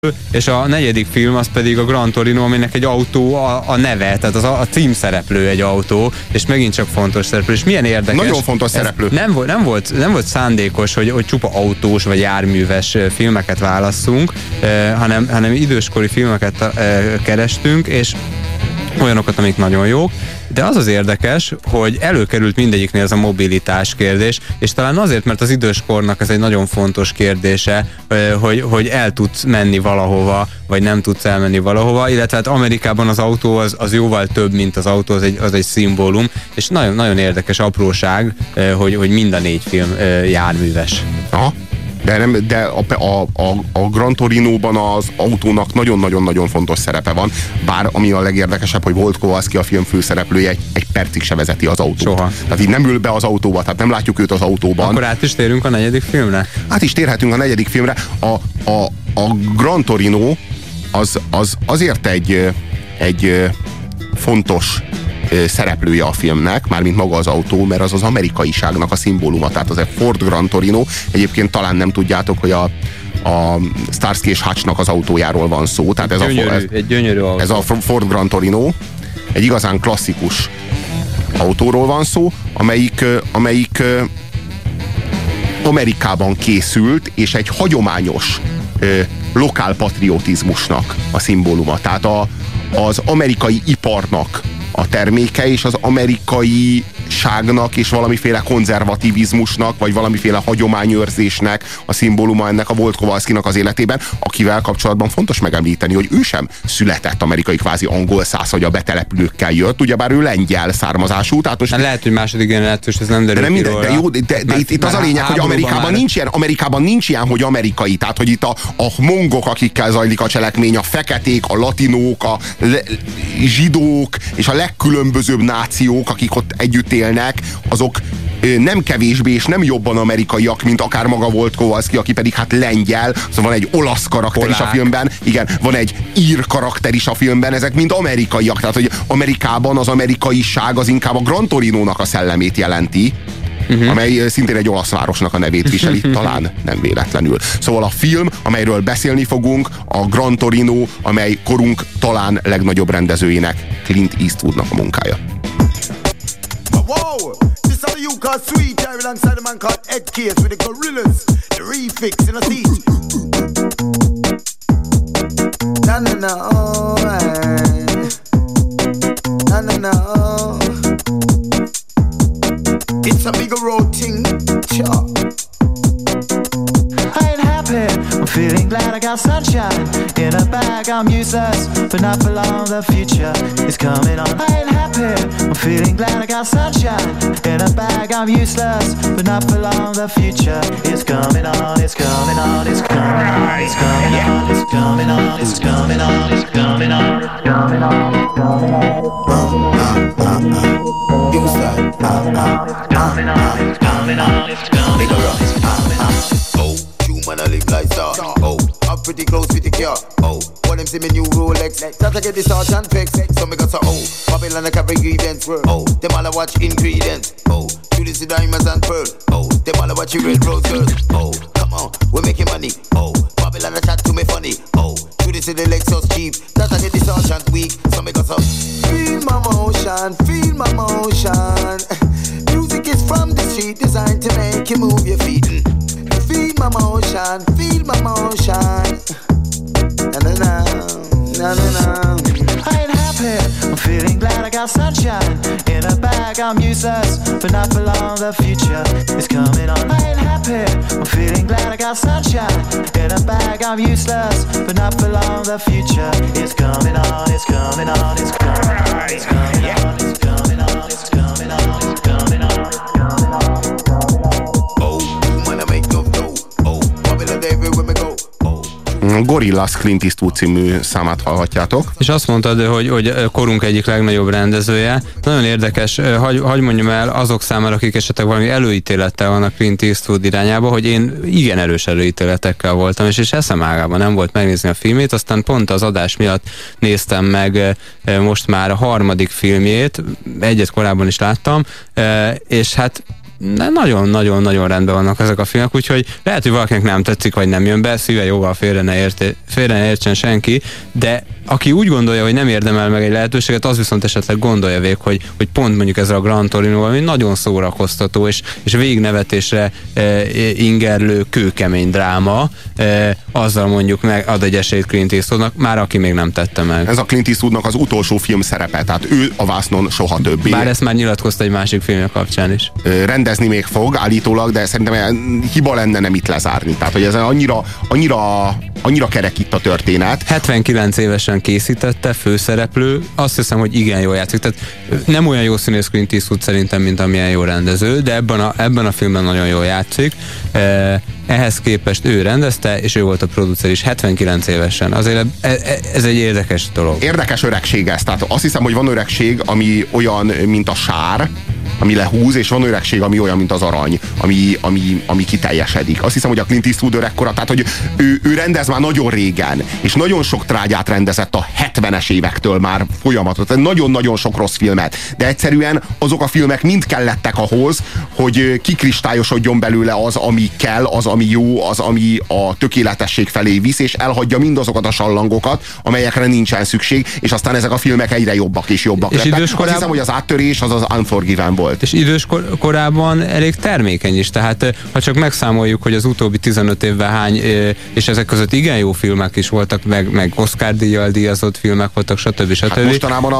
és a negyedik film az pedig a Gran Torino, aminek egy autó a neve, tehát a címszereplő egy autó, és megint csak fontos szereplő, és milyen érdekes. Nagyon fontos szereplő. Nem volt szándékos, hogy csupa autós vagy járműves filmeket válasszunk, hanem időskori filmeket kerestünk, és olyanokat, amik nagyon jók, de az érdekes, hogy előkerült mindegyiknél ez a mobilitás kérdés, és talán azért, mert az időskornak ez egy nagyon fontos kérdése, hogy el tudsz menni valahova, vagy nem tudsz elmenni valahova, illetve hát Amerikában az autó az jóval több, mint az autó, az egy szimbólum, és nagyon, nagyon érdekes apróság, hogy mind a 4 film járműves. Aha. De a Gran Torinóban az autónak nagyon-nagyon-nagyon fontos szerepe van, bár ami a legérdekesebb, hogy Walt Kowalski, a film főszereplője egy percig se vezeti az autót. Soha. Tehát így nem ül be az autóba, tehát nem látjuk őt az autóban. Akkor át is térünk a negyedik filmre? Át is térhetünk a negyedik filmre. A Gran Torino az azért egy fontos szereplője a filmnek, mármint maga az autó, mert az amerikaiságnak a szimbóluma, tehát az egy Ford Gran Torino. Egyébként talán nem tudjátok, hogy a Starsky és Hutchnak az autójáról van szó. Tehát egy gyönyörű autó. Ez a Ford Gran Torino, egy igazán klasszikus autóról van szó, amelyik Amerikában készült, és egy hagyományos lokálpatriotizmusnak a szimbóluma. Tehát az amerikai iparnak a terméke, és az amerikaiságnak és valamiféle konzervativizmusnak, vagy valamiféle hagyományőrzésnek a szimbóluma ennek a Walt Kowalskinak az életében, akivel kapcsolatban fontos megemlíteni, hogy ő sem született amerikai kvázi angol szász, hogy a betelepülőkkel jött, ugyebár ő lengyel származású. Tehát most lehet, hogy második generációs, ez nem derül ki róla. De jó, de itt az a lényeg, hogy Amerikában nincs ilyen, hogy amerikai, tehát hogy itt a mongok, akikkel zajlik a cselekmény, a feketék, a latinók, a zsidók, és a legkülönbözőbb nációk, akik ott együtt élnek, azok nem kevésbé és nem jobban amerikaiak, mint akár maga Walt Kowalski, aki pedig hát lengyel, szóval van egy olasz karakter is a filmben, igen, van egy ír karakter is a filmben, ezek mind amerikaiak, tehát hogy Amerikában az amerikaiság az inkább a Gran Torinónak a szellemét jelenti, amely szintén egy olasz városnak a nevét viseli, talán nem véletlenül. Szóval a film, amelyről beszélni fogunk, a Gran Torino, amely korunk talán legnagyobb rendezőjének, Clint Eastwoodnak a munkája. Wow, this is you called Sweet, I alongside a man called Ed Case with the Gorillas, the refix in a seat. Na na na, oh man. Na na na, oh. It's a bigger road thing, sure. I ain't happy, I'm feeling glad I got sunshine in a bag, I'm useless, but not for long, the future is coming on. I ain't happy, I'm feeling glad I got sunshine in a bag, I'm useless, but not for long, the future is coming on, it's coming on, it's coming on, it's coming on, it's coming on, it's coming on, it's coming on, it's coming on, it's coming on. You said, It's coming on, it's coming on, it's coming on, it's coming on. oh, you man I live like that. Oh, I'm pretty close with the car. Oh, what them see me new Rolex. That I get the sergeant fix. So me got to Babylon I carry events. Oh, them all I watch ingredients. Oh, you see diamonds and pearl. Oh, them all I watch you red rose girls. Oh, come on, we're making money. Oh, Babylon I chat to me funny. Oh, you see the Lexus cheap. That I get the sergeant weak. So me got to feel my motion, feel my motion. Music is from the street, designed to make you move your feet. Feel my motion, feel my motion. Na na na, na na na. I ain't happy, I'm feeling glad I got sunshine in a bag, I'm useless, but not for long, the future is coming on. I ain't happy, I'm feeling glad I got sunshine in a bag, I'm useless, but not for long, the future is coming on, it's coming on, it's coming on, it's coming on, it's coming on, it's coming on, it's coming on, it's coming on, it's coming on. Oh, you wanna make no dough. Oh, Babylon everywhere we go. Gorillaz Clint Eastwood című számát hallhatjátok. És azt mondtad, hogy korunk egyik legnagyobb rendezője. Nagyon érdekes, hagy mondjam el azok számára, akik esetleg valami előítélettel vannak Clint Eastwood irányába, hogy én igen erős előítéletekkel voltam, és eszem ágában nem volt megnézni a filmét, aztán pont az adás miatt néztem meg most már a harmadik filmjét, egyet korábban is láttam, és hát nagyon-nagyon rendben vannak ezek a filmek, úgyhogy lehet, hogy valakinek nem tetszik, vagy nem jön be, szíve jóval félre ne értsen senki, de aki úgy gondolja, hogy nem érdemel meg egy lehetőséget, az viszont esetleg gondolja végig, hogy pont mondjuk ezzel a Gran Torino, ami nagyon szórakoztató, és végignevetésre ingerlő, kőkemény dráma, azzal mondjuk meg ad egy esélyt Clint Eastwoodnak, már aki még nem tette meg. Ez a Clint Eastwoodnak az utolsó film szerepe, tehát ő a vásznon soha többé. Bár ezt már nyilatkozta egy másik filmje kapcsán is. Rendezni még fog állítólag, de szerintem hiba lenne nem itt lezárni. Tehát, hogy ez annyira kerek itt a történet. 79 évesen készítette, főszereplő, azt hiszem, hogy igen jól játszik. Tehát nem olyan jó színész Clint Eastwood szerintem, mint amilyen jó rendező, de ebben a filmben nagyon jól játszik. Ehhez képest ő rendezte, és ő volt a producer is 79 évesen. Azért ez egy érdekes dolog. Érdekes öregség ez. Tehát azt hiszem, hogy van öregség, ami olyan, mint a sár, ami lehúz, és van öregség, ami olyan, mint az arany, ami kiteljesedik. Azt hiszem, hogy a Clint Eastwood öregkora, tehát hogy ő rendez már nagyon régen, és nagyon sok trágyát rendezett a 70-es évektől már folyamatot, nagyon-nagyon sok rossz filmet, de egyszerűen azok a filmek mind kellettek ahhoz, hogy kikristályosodjon belőle az, ami kell, az, ami jó, az, ami a tökéletesség felé visz, és elhagyja mindazokat a sallangokat, amelyekre nincsen szükség, és aztán ezek a filmek egyre jobbak és jobbak lettek. Azt hiszem, hogy az áttörés az Unforgiven volt. És idős korában elég termékeny is, tehát ha csak megszámoljuk, hogy az utóbbi 15 évben hány, és ezek között igen jó filmek is voltak, meg Oscar-díjjal díjazott filmek voltak, stb. Hát mostanában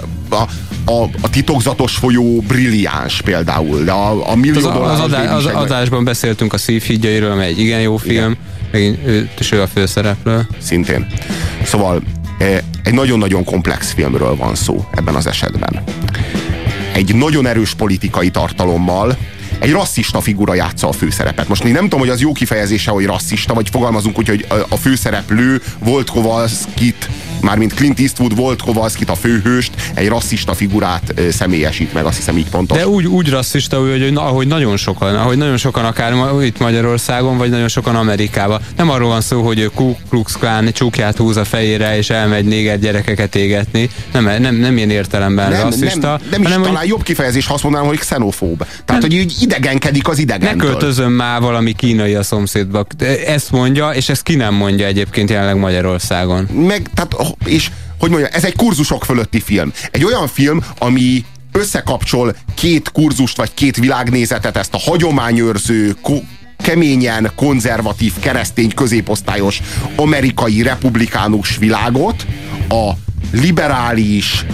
a titokzatos folyó brilliáns például, de a millió az adásban beszéltünk a Szívhídjairól, amely egy igen jó film, és ő a főszereplő. Szintén. Szóval egy nagyon-nagyon komplex filmről van szó ebben az esetben. Egy nagyon erős politikai tartalommal, egy rasszista figura játsza a főszerepet. Most én nem tudom, hogy az jó kifejezése, hogy rasszista, vagy fogalmazunk úgy, hogy a főszereplő Walt Kowalskit, mármint Clint Eastwood Walt Kowalskit, a főhőst, egy rasszista figurát személyesít meg, azt hiszem így pontos. De úgy rasszista, hogy ahogy nagyon sokan akár itt Magyarországon, vagy nagyon sokan Amerikában. Nem arról van szó, hogy Ku Klux Klan csukját húz a fejére, és elmegy néger gyerekeket égetni. Nem ilyen értelemben rasszista. Nem is talán jobb kifejezés, ha azt mondanám, hogy xenofób. Tehát, hogy így idegenkedik az idegentől. Ne költözöm már valami kínai a szomszédba. Ezt mondja, és ezt ki nem mondja egyébként jelenleg Magyarországon. És hogy mondja, ez egy kurzusok fölötti film. Egy olyan film, ami összekapcsol két kurzust, vagy két világnézetet, ezt a hagyományőrző, keményen konzervatív, keresztény, középosztályos amerikai republikánus világot, a liberális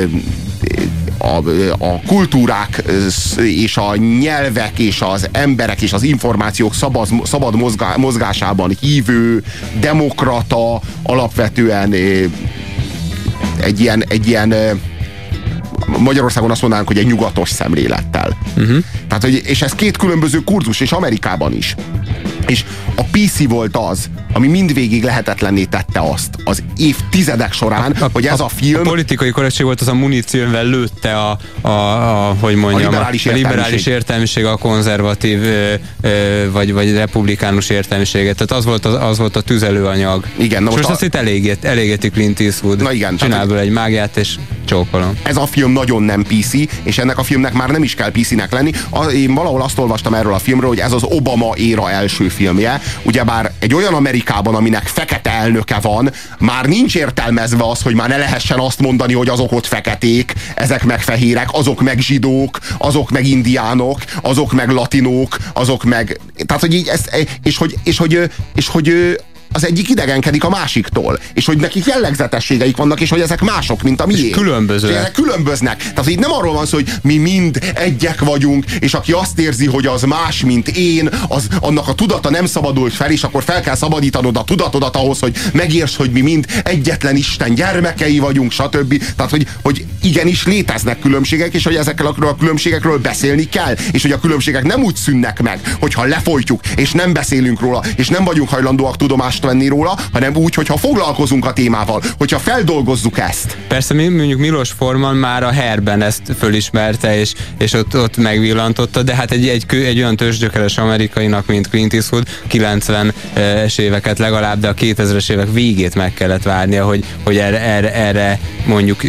a kultúrák és a nyelvek és az emberek és az információk szabad mozgásában hívő, demokrata, alapvetően egy ilyen Magyarországon azt mondanánk, hogy egy nyugatos szemlélettel. Tehát, és ez két különböző kurzus, és Amerikában is. És a PC volt az, ami mindvégig lehetetlenné tette azt az évtizedek során, hogy ez a film... A politikai korrektség volt, az a munícióval lőtte hogy mondjam, a liberális értelmiség a konzervatív vagy republikánus értelmiséget. Tehát az volt a tüzelőanyag. Igen, most azt itt elégeti Clint Eastwood. Na igen. Csinál belőle egy mágiát, és csókolom. Ez a film nagyon nem PC, és ennek a filmnek már nem is kell PC-nek lenni. Én valahol azt olvastam erről a filmről, hogy ez az Obama éra első filmje. Ugyebár egy olyan Amerikában, aminek fekete elnöke van, már nincs értelmezve az, hogy már ne lehessen azt mondani, hogy azok ott feketék, ezek meg fehérek, azok meg zsidók, azok meg indiánok, azok meg latinók, azok meg... Tehát, hogy így ezt, és hogy az egyik idegenkedik a másiktól, és hogy nekik jellegzetességeik vannak, és hogy ezek mások, mint a miénk. Különbözőek. Különböznek. Tehát, hogy itt nem arról van szó, hogy mi mind egyek vagyunk, és aki azt érzi, hogy az más, mint én, annak a tudata nem szabadult fel, és akkor fel kell szabadítanod a tudatodat ahhoz, hogy megértsd, hogy mi mind egyetlen Isten gyermekei vagyunk, stb. Tehát, hogy igenis léteznek különbségek, és hogy ezekkel a különbségekről beszélni kell, és hogy a különbségek nem úgy szűnnek meg, hogyha lefolytjuk, és nem beszélünk róla, és nem vagyunk hajlandóak tudomást venni róla, hanem úgy, hogyha foglalkozunk a témával, hogyha feldolgozzuk ezt. Persze, mondjuk Milos Forman már a Hairben ezt fölismerte, és ott megvillantotta, de hát egy olyan törzsgyökeres amerikainak, mint Clint Eastwood, 90-es éveket legalább, de a 2000-es évek végét meg kellett várnia, hogy erre mondjuk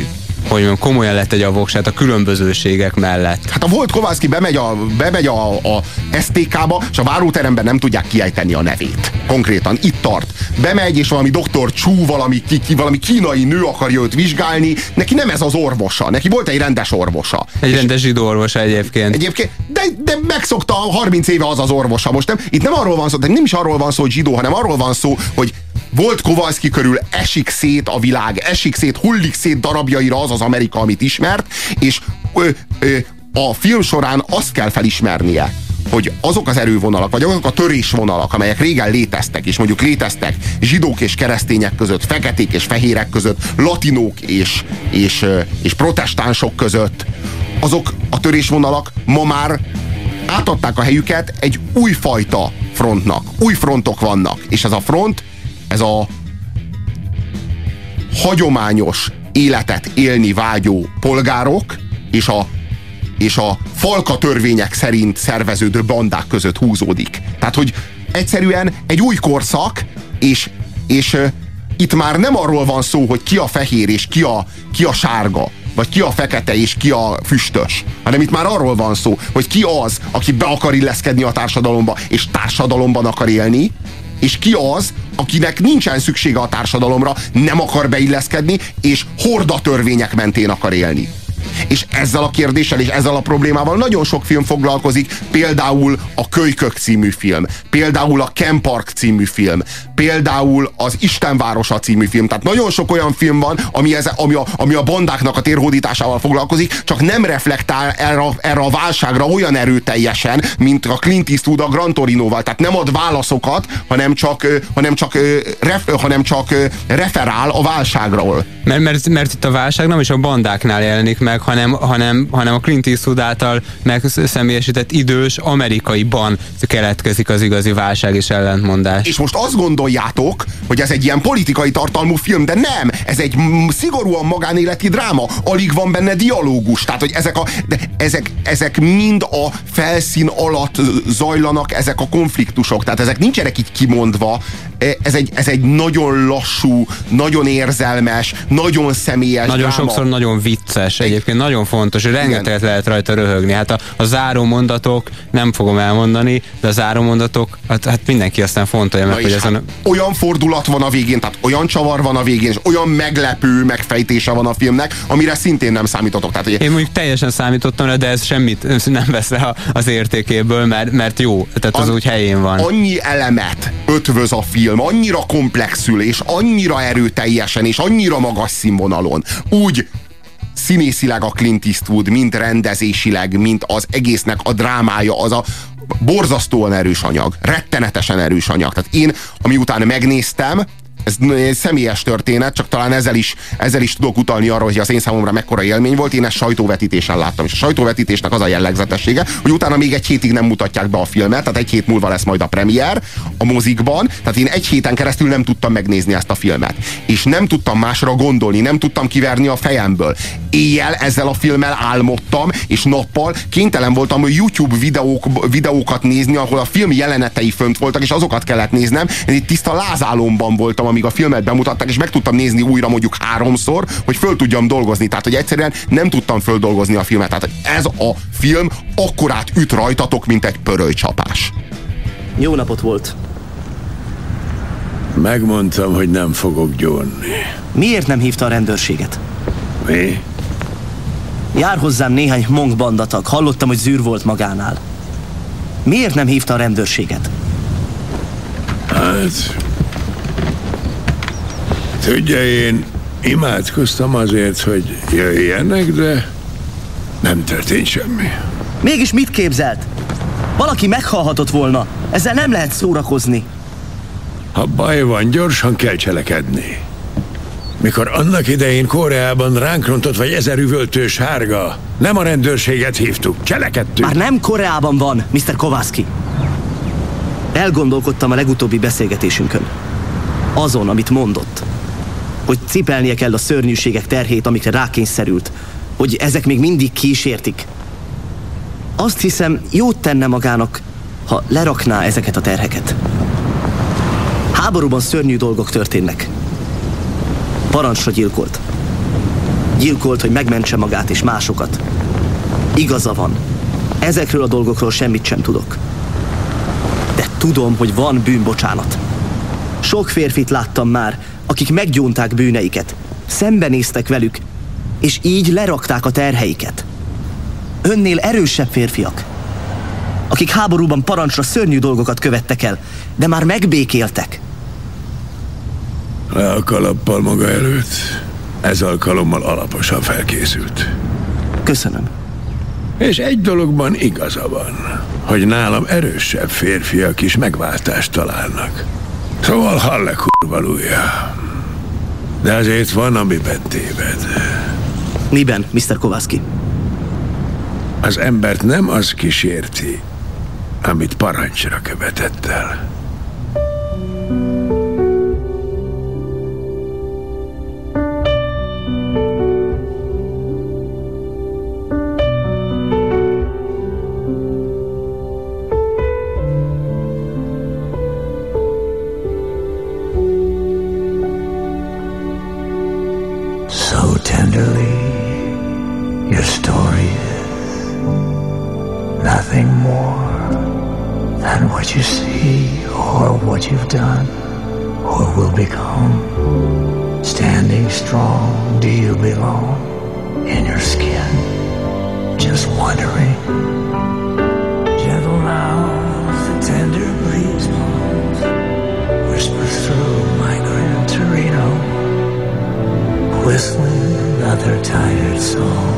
hogy mondjam, komolyan letegye a voksát a különbözőségek mellett. Hát a Volt Kowalski bemegy a STK-ba, és a váróteremben nem tudják kiejteni a nevét. Konkrétan itt tart. Bemegy, és valami Dr. Chu, valami kínai nő akarja őt vizsgálni. Neki nem ez az orvosa. Neki volt egy rendes orvosa. Egy rendes zsidó orvosa egyébként. De megszokta 30 éve az orvosa. Most itt nem arról van szó, de nem is arról van szó, hogy zsidó, hanem arról van szó, hogy Volt Kowalski körül esik szét a világ, hullik szét darabjaira az Amerika, amit ismert, és a film során azt kell felismernie, hogy azok az erővonalak, vagy azok a törésvonalak, amelyek régen léteztek, és mondjuk léteztek zsidók és keresztények között, feketék és fehérek között, latinók és protestánsok között, azok a törésvonalak ma már átadták a helyüket egy újfajta frontnak. Új frontok vannak, és ez a front, ez a hagyományos életet élni vágyó polgárok és a falka törvények szerint szerveződő bandák között húzódik. Tehát, hogy egyszerűen egy új korszak, és itt már nem arról van szó, hogy ki a fehér és ki a sárga, vagy ki a fekete és ki a füstös, hanem itt már arról van szó, hogy ki az, aki be akar illeszkedni a társadalomba, és társadalomban akar élni, és ki az, akinek nincsen szüksége a társadalomra, nem akar beilleszkedni, és horda törvények mentén akar élni. És ezzel a kérdéssel és ezzel a problémával nagyon sok film foglalkozik, például a Kölykök című film, például a Ken Park című film, például az Istenvárosa című film. Tehát nagyon sok olyan film van, ami a bandáknak a térhódításával foglalkozik, csak nem reflektál erre a válságra olyan erőteljesen, mint a Clint Eastwood a Gran Torinoval. Tehát nem ad válaszokat, hanem csak referál a válságról. Mert itt a válság nem is a bandáknál jelenik meg, hanem a Clint Eastwood által megszemélyesített idős amerikaiban keletkezik az igazi válság és ellentmondás. És most azt gondoljátok, hogy ez egy ilyen politikai tartalmú film, de nem! Ez egy szigorúan magánéleti dráma. Alig van benne dialógus. Tehát, hogy ezek mind a felszín alatt zajlanak ezek a konfliktusok. Tehát ezek nincsenek így kimondva. Ez egy nagyon lassú, nagyon érzelmes, nagyon személyes nagyon dráma. Sokszor nagyon vicces. Egyébként nagyon fontos, hogy rengeteget lehet rajta röhögni. Hát a záró mondatok, nem fogom elmondani, de a záró mondatok, hát mindenki aztán fontolja meg, hogy ezen... Olyan fordulat van a végén, tehát olyan csavar van a végén, és olyan meglepő megfejtése van a filmnek, amire szintén nem számítotok. Tehát, én mondjuk teljesen számítottam, de ez semmit nem vesz le az értékéből, mert jó, tehát az úgy helyén van. Annyi elemet ötvöz a film, annyira komplexül, és annyira erőteljesen, és annyira magas színvonalon. Úgy színészileg a Clint Eastwood, mint rendezésileg, mint az egésznek a drámája, az a borzasztóan erős anyag, rettenetesen erős anyag. Tehát én, amiután megnéztem, ez egy személyes történet, csak talán ezzel is tudok utalni arra, hogy az én számomra mekkora élmény volt. Én ezt sajtóvetítésen láttam, és a sajtóvetítésnek az a jellegzetessége, hogy utána még egy hétig nem mutatják be a filmet, tehát egy hét múlva lesz majd a premier a mozikban, tehát én egy héten keresztül nem tudtam megnézni ezt a filmet. És nem tudtam másra gondolni, nem tudtam kiverni a fejemből. Éjjel ezzel a filmmel álmodtam, és nappal kénytelen voltam YouTube videókat nézni, ahol a film jelenetei fönt voltak, és azokat kellett néznem. Én itt tiszta lázálomban voltam, amíg a filmet bemutatták, és meg tudtam nézni újra mondjuk 3-szor, hogy föl tudjam dolgozni. Tehát, hogy egyszerűen nem tudtam földolgozni a filmet. Tehát, ez a film akkorát üt rajtatok, mint egy pörölycsapás. Jó napot volt. Megmondtam, hogy nem fogok gyónni. Miért nem hívta a rendőrséget? Mi? Jár hozzám néhány Hmong bandatag. Hallottam, hogy zűr volt magánál. Miért nem hívta a rendőrséget? Hát... Tudja, én imádkoztam azért, hogy jöjjenek, de nem történt semmi. Mégis mit képzelt? Valaki meghalhatott volna. Ezzel nem lehet szórakozni. Ha baj van, gyorsan kell cselekedni. Mikor annak idején Koreában ránk rontott vagy 1000 üvöltős sárga, nem a rendőrséget hívtuk, cselekedtünk. Már nem Koreában van, Mr. Kowalski. Elgondolkodtam a legutóbbi beszélgetésünkön. Azon, amit mondott. Hogy cipelnie kell a szörnyűségek terhét, amikre rákényszerült. Hogy ezek még mindig kísértik. Azt hiszem, jót tenne magának, ha lerakná ezeket a terheket. Háborúban szörnyű dolgok történnek. Parancsra gyilkolt. Gyilkolt, hogy megmentse magát és másokat. Igaza van. Ezekről a dolgokról semmit sem tudok. De tudom, hogy van bűnbocsánat. Sok férfit láttam már, akik meggyónták bűneiket, szembenéztek velük, és így lerakták a terheiket. Önnél erősebb férfiak, akik háborúban parancsra szörnyű dolgokat követtek el, de már megbékéltek. Le a kalappal maga előtt. Ez alkalommal alaposan felkészült. Köszönöm. És egy dologban igaza van, hogy nálam erősebb férfiak is megváltást találnak. Szóval hall-e kurvalúja. De azért van, amiben téved. Miben, Mr. Kowalski? Az embert nem az kísérti, amit parancsra követett el. So tenderly, your story is nothing more than what you see or what you've done or will become. Standing strong, do you belong in your skin? Just wondering. Gentle now, the tender breeze blows, whispers through my Gran Torino, whistling another tired song.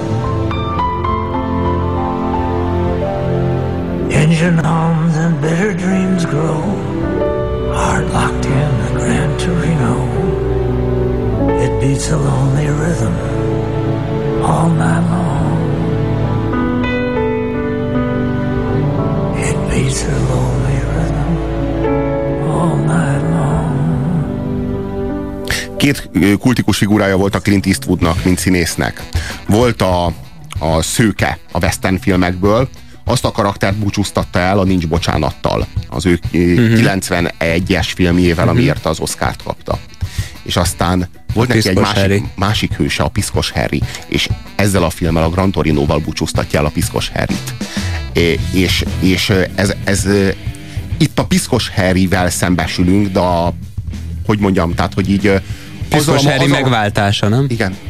Engine hums and bitter dreams grow, heart locked in a Gran Torino. It beats a lonely rhythm all night long. It beats a lonely rhythm all night long. Két kultikus figurája volt a Clint Eastwoodnak, mint színésznek. Volt a szőke a western filmekből, azt a karaktert búcsúztatta el a Nincs bocsánattal, az ő 91-es filmjével, amiért az Oscart kapta. És aztán volt neki egy másik hőse, a Piszkos Harry, és ezzel a filmmel, a Gran Torinoval búcsúztatja el a Piszkos Harryt. És ez itt a Piszkos Harryvel szembesülünk, de hogy mondjam, tehát, hogy így Piszkos Harry megváltása, nem?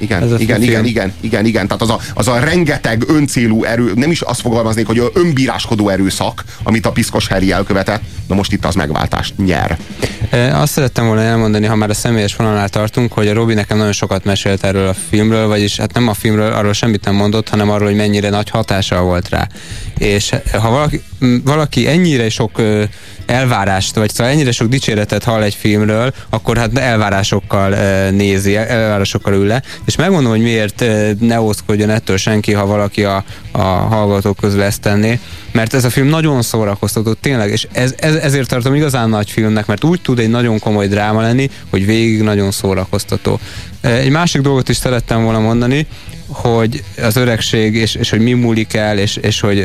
Igen. Tehát az a rengeteg öncélú erő, nem is azt fogalmaznék, hogy önbíráskodó erőszak, amit a Piszkos Harry elkövetett, na most itt az megváltást nyer. Azt szerettem volna elmondani, ha már a személyes vonalnál tartunk, hogy a Robi nekem nagyon sokat mesélt erről a filmről, vagyis hát nem a filmről, arról semmit nem mondott, hanem arról, hogy mennyire nagy hatással volt rá. És ha valaki ennyire sok elvárást, vagy szóval ennyire sok dicséretet hall egy filmről, akkor hát elvárásokkal nézi, elvárásokkal ül le, és megmondom, hogy miért ne ózkodjon ettől senki, ha valaki a hallgatók közül ezt tenné, mert ez a film nagyon szórakoztató, tényleg, és ezért tartom igazán nagy filmnek, mert úgy tud egy nagyon komoly dráma lenni, hogy végig nagyon szórakoztató. Egy másik dolgot is szerettem volna mondani, hogy az öregség, és hogy mi múlik el, és hogy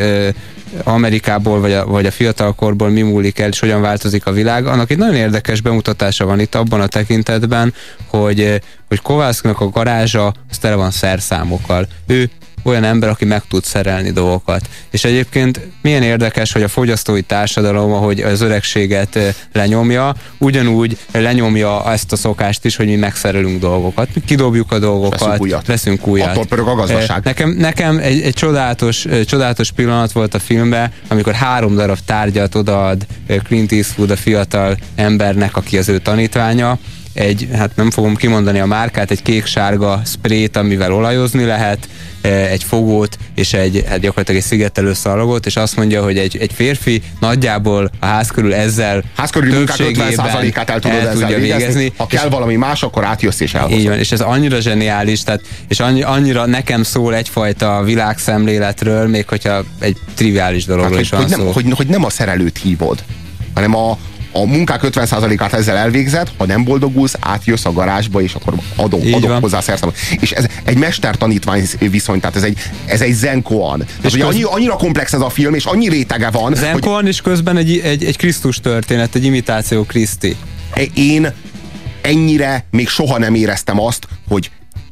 Amerikából, vagy a fiatalkorból mi múlik el, és hogyan változik a világ. Annak egy nagyon érdekes bemutatása van itt abban a tekintetben, hogy Kowalskinak a garázsa az tele van szerszámokkal. Ő olyan ember, aki meg tud szerelni dolgokat. És egyébként milyen érdekes, hogy a fogyasztói társadalom, ahogy az öregséget lenyomja, ugyanúgy lenyomja ezt a szokást is, hogy mi megszerelünk dolgokat. Mi kidobjuk a dolgokat, veszünk újat. Attól pörög a gazdaság. Nekem egy csodálatos pillanat volt a filmben, amikor 3 darab tárgyat odaad Clint Eastwood a fiatal embernek, aki az ő tanítványa, hát nem fogom kimondani a márkát, egy kék-sárga sprayt, amivel olajozni lehet, egy fogót, és gyakorlatilag egy szigetelő szalagot, és azt mondja, hogy egy férfi nagyjából a ház körül ezzel többségében el tudja végezni. Ha kell valami más, akkor átjössz és elhozod. Így van, és ez annyira zseniális, és annyira nekem szól egyfajta világszemléletről, még hogyha egy triviális dologról is van szó. Hogy nem a szerelőt hívod, hanem a munkák 50%-át ezzel elvégzed, ha nem boldogulsz, átjössz a garázsba, és akkor adok hozzá szerszámot. És ez egy mester-tanítvány viszony, tehát ez egy zen-koan. Annyira komplex ez a film, és annyi rétege van. Zen-koan, és közben egy Krisztus történet, egy imitáció Kriszti. Én ennyire még soha nem éreztem azt, hogy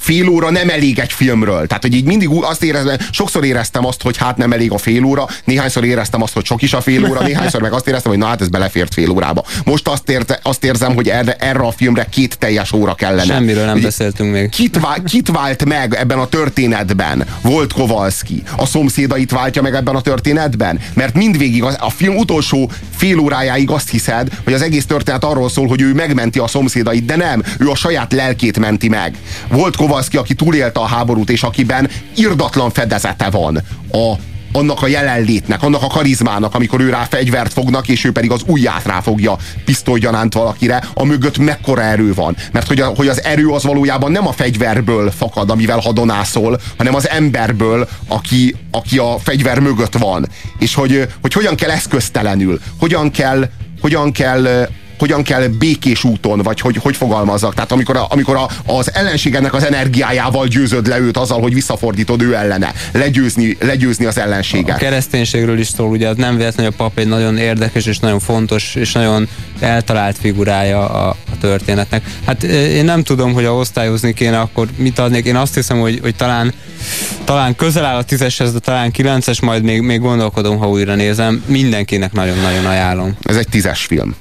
fél óra nem elég egy filmről. Tehát, hogy így mindig sokszor éreztem azt, hogy hát nem elég a fél óra, néhányszor éreztem azt, hogy sok is a fél óra, néhányszor meg azt éreztem, hogy na hát ez belefért fél órába. Most azt érzem, hogy erre a filmre 2 teljes óra kellene. Semmiről nem beszéltünk még. Kit vált meg ebben a történetben? Volt Kowalski. A szomszédait váltja meg ebben a történetben? Mert mindvégig a film utolsó fél órájáig azt hiszed, hogy az egész történet arról szól, hogy ő megmenti a szomszédait, de nem, ő a saját lelkét menti meg. Volt Kowalski, aki túlélte a háborút, és akiben irdatlan fedezete van annak a jelenlétnek, annak a karizmának, amikor ő rá fegyvert fognak, és ő pedig az ujját ráfogja pisztolygyanánt valakire, amögött mekkora erő van. Mert hogy az erő az valójában nem a fegyverből fakad, amivel hadonászol, hanem az emberből, aki a fegyver mögött van. És hogy hogyan kell eszköztelenül, hogyan kell békés úton, vagy hogy fogalmazzak. Tehát amikor az ellenségednek az energiájával győzöd le őt azzal, hogy visszafordítod ő ellene. Legyőzni az ellenséget. A kereszténységről is szól, ugye az nem véletlenül, a pap egy nagyon érdekes és nagyon fontos és nagyon eltalált figurája a történetnek. Hát én nem tudom, hogy ha osztályozni kéne, akkor mit adnék. Én azt hiszem, hogy talán közel áll a 10-eshez, de talán 9-es, majd még gondolkodom, ha újra nézem. Mindenkinek nagyon-nagyon ajánlom. Ez egy 10-es film.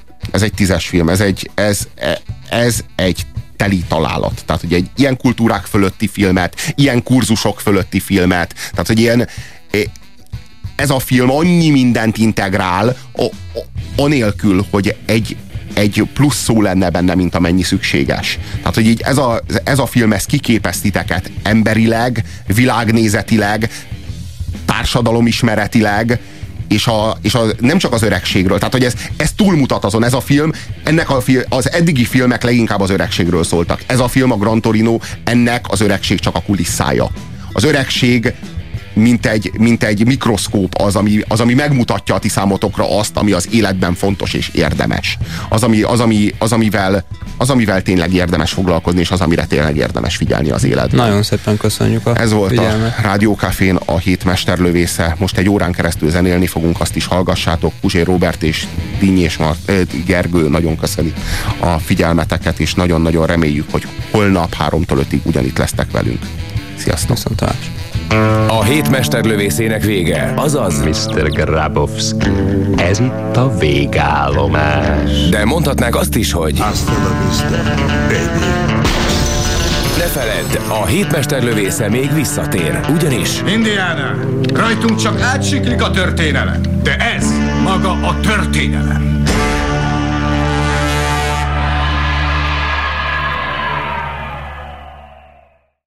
Ez egy teli találat. Tehát, hogy egy ilyen kultúrák fölötti filmet, ilyen kurzusok fölötti filmet, tehát, hogy ez a film annyi mindent integrál, anélkül, hogy egy plusz szó lenne benne, mint amennyi szükséges. Tehát, hogy így ez a film, ez kiképez titeket emberileg, világnézetileg, társadalomismeretileg, és nem csak az öregségről. Tehát, hogy ez túlmutat azon. Ez a film, az eddigi filmek leginkább az öregségről szóltak. Ez a film, a Gran Torino, ennek az öregség csak a kulisszája. Az öregség mint egy mikroszkóp az, ami megmutatja a ti számotokra azt, ami az életben fontos és érdemes. Az, amivel tényleg érdemes foglalkozni, és az, amire tényleg érdemes figyelni az életben. Nagyon szépen köszönjük a Ez volt figyelmet. A Rádió Cafén a hét mesterlövésze. Most egy órán keresztül zenélni fogunk, azt is hallgassátok. Puzsér Róbert és Díny és Gergő nagyon köszöni a figyelmeteket, és nagyon-nagyon reméljük, hogy holnap 3-tól 5-ig ugyanitt lesztek velünk. Sziasztok! Viszontlátásra! A hét mesterlövészének vége, azaz Mr. Grabowski, ez itt a végállomás. De mondhatnák azt is, hogy Hasta la vista, baby. ne feledd, a hét mesterlövésze még visszatér, ugyanis Indiana, rajtunk csak átsiklik a történelem, de ez maga a történelem.